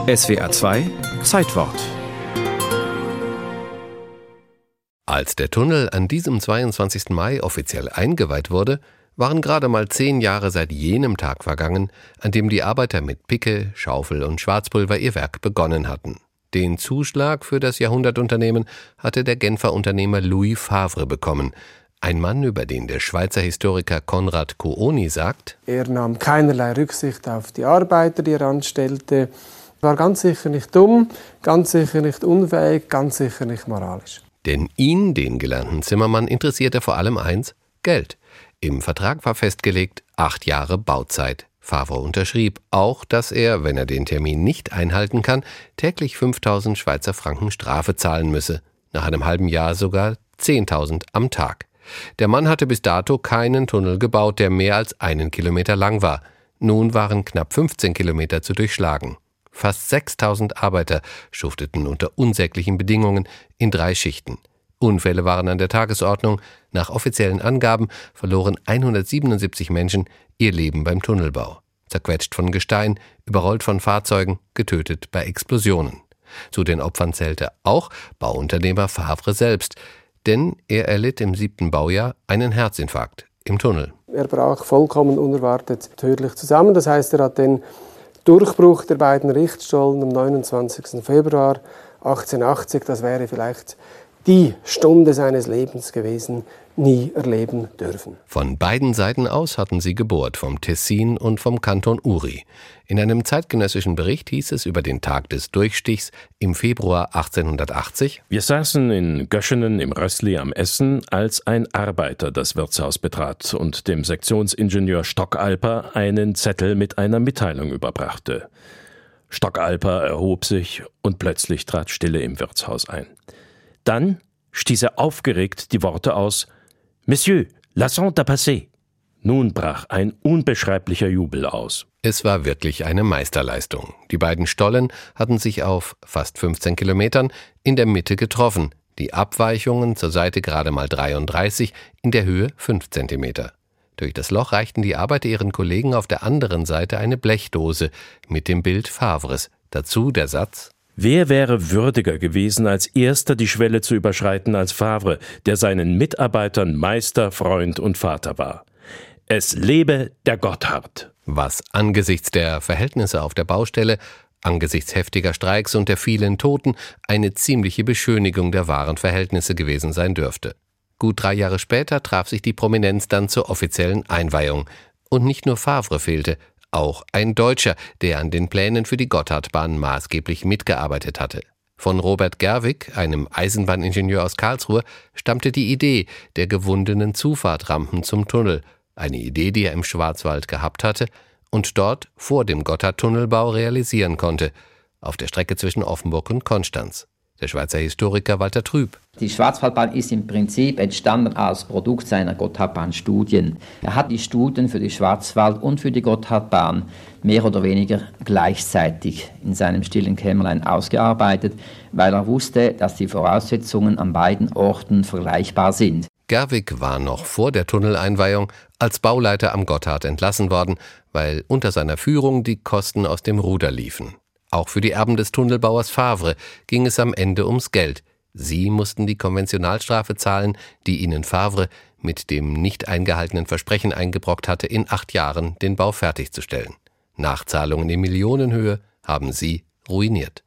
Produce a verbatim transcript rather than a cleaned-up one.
S W R zwei Zeitwort. Als der Tunnel an diesem zweiundzwanzigsten Mai offiziell eingeweiht wurde, waren gerade mal zehn Jahre seit jenem Tag vergangen, an dem die Arbeiter mit Picke, Schaufel und Schwarzpulver ihr Werk begonnen hatten. Den Zuschlag für das Jahrhundertunternehmen hatte der Genfer Unternehmer Louis Favre bekommen. Ein Mann, über den der Schweizer Historiker Konrad Kuoni sagt: Er nahm keinerlei Rücksicht auf die Arbeiter, die er anstellte. War ganz sicher nicht dumm, ganz sicher nicht unfähig, ganz sicher nicht moralisch. Denn ihn, den gelernten Zimmermann, interessierte vor allem eins: Geld. Im Vertrag war festgelegt, acht Jahre Bauzeit. Favre unterschrieb auch, dass er, wenn er den Termin nicht einhalten kann, täglich fünftausend Schweizer Franken Strafe zahlen müsse. Nach einem halben Jahr sogar zehntausend am Tag. Der Mann hatte bis dato keinen Tunnel gebaut, der mehr als einen Kilometer lang war. Nun waren knapp fünfzehn Kilometer zu durchschlagen. Fast sechstausend Arbeiter schufteten unter unsäglichen Bedingungen in drei Schichten. Unfälle waren an der Tagesordnung. Nach offiziellen Angaben verloren hundertsiebenundsiebzig Menschen ihr Leben beim Tunnelbau. Zerquetscht von Gestein, überrollt von Fahrzeugen, getötet bei Explosionen. Zu den Opfern zählte auch Bauunternehmer Favre selbst, denn er erlitt im siebten Baujahr einen Herzinfarkt im Tunnel. Er brach vollkommen unerwartet tödlich zusammen. Das heißt, er hat den Durchbruch der beiden Richtstollen am neunundzwanzigsten Februar achtzehnhundertachtzig, das wäre vielleicht die Stunde seines Lebens gewesen, nie erleben dürfen. Von beiden Seiten aus hatten sie gebohrt, vom Tessin und vom Kanton Uri. In einem zeitgenössischen Bericht hieß es über den Tag des Durchstichs im Februar achtzehnhundertachtzig: Wir saßen in Göschenen im Rössli am Essen, als ein Arbeiter das Wirtshaus betrat und dem Sektionsingenieur Stockalper einen Zettel mit einer Mitteilung überbrachte. Stockalper erhob sich und plötzlich trat Stille im Wirtshaus ein. Dann stieß er aufgeregt die Worte aus: »Monsieur, laissons ta passer.« Nun brach ein unbeschreiblicher Jubel aus. Es war wirklich eine Meisterleistung. Die beiden Stollen hatten sich auf fast fünfzehn Kilometern in der Mitte getroffen. Die Abweichungen zur Seite gerade mal dreiunddreißig, in der Höhe fünf Zentimeter. Durch das Loch reichten die Arbeiter ihren Kollegen auf der anderen Seite eine Blechdose mit dem Bild Favres. Dazu der Satz: Wer wäre würdiger gewesen, als erster die Schwelle zu überschreiten als Favre, der seinen Mitarbeitern Meister, Freund und Vater war? Es lebe der Gotthard! Was angesichts der Verhältnisse auf der Baustelle, angesichts heftiger Streiks und der vielen Toten eine ziemliche Beschönigung der wahren Verhältnisse gewesen sein dürfte. Gut drei Jahre später traf sich die Prominenz dann zur offiziellen Einweihung. Und nicht nur Favre fehlte, auch ein Deutscher, der an den Plänen für die Gotthardbahn maßgeblich mitgearbeitet hatte. Von Robert Gerwig, einem Eisenbahningenieur aus Karlsruhe, stammte die Idee der gewundenen Zufahrtrampen zum Tunnel. Eine Idee, die er im Schwarzwald gehabt hatte und dort vor dem Gotthardtunnelbau realisieren konnte, auf der Strecke zwischen Offenburg und Konstanz. Der Schweizer Historiker Walter Trüb: Die Schwarzwaldbahn ist im Prinzip entstanden als Produkt seiner Gotthardbahn-Studien. Er hat die Studien für die Schwarzwald- und für die Gotthardbahn mehr oder weniger gleichzeitig in seinem stillen Kämmerlein ausgearbeitet, weil er wusste, dass die Voraussetzungen an beiden Orten vergleichbar sind. Gerwig war noch vor der Tunneleinweihung als Bauleiter am Gotthard entlassen worden, weil unter seiner Führung die Kosten aus dem Ruder liefen. Auch für die Erben des Tunnelbauers Favre ging es am Ende ums Geld. Sie mussten die Konventionalstrafe zahlen, die ihnen Favre mit dem nicht eingehaltenen Versprechen eingebrockt hatte, in acht Jahren den Bau fertigzustellen. Nachzahlungen in Millionenhöhe haben sie ruiniert.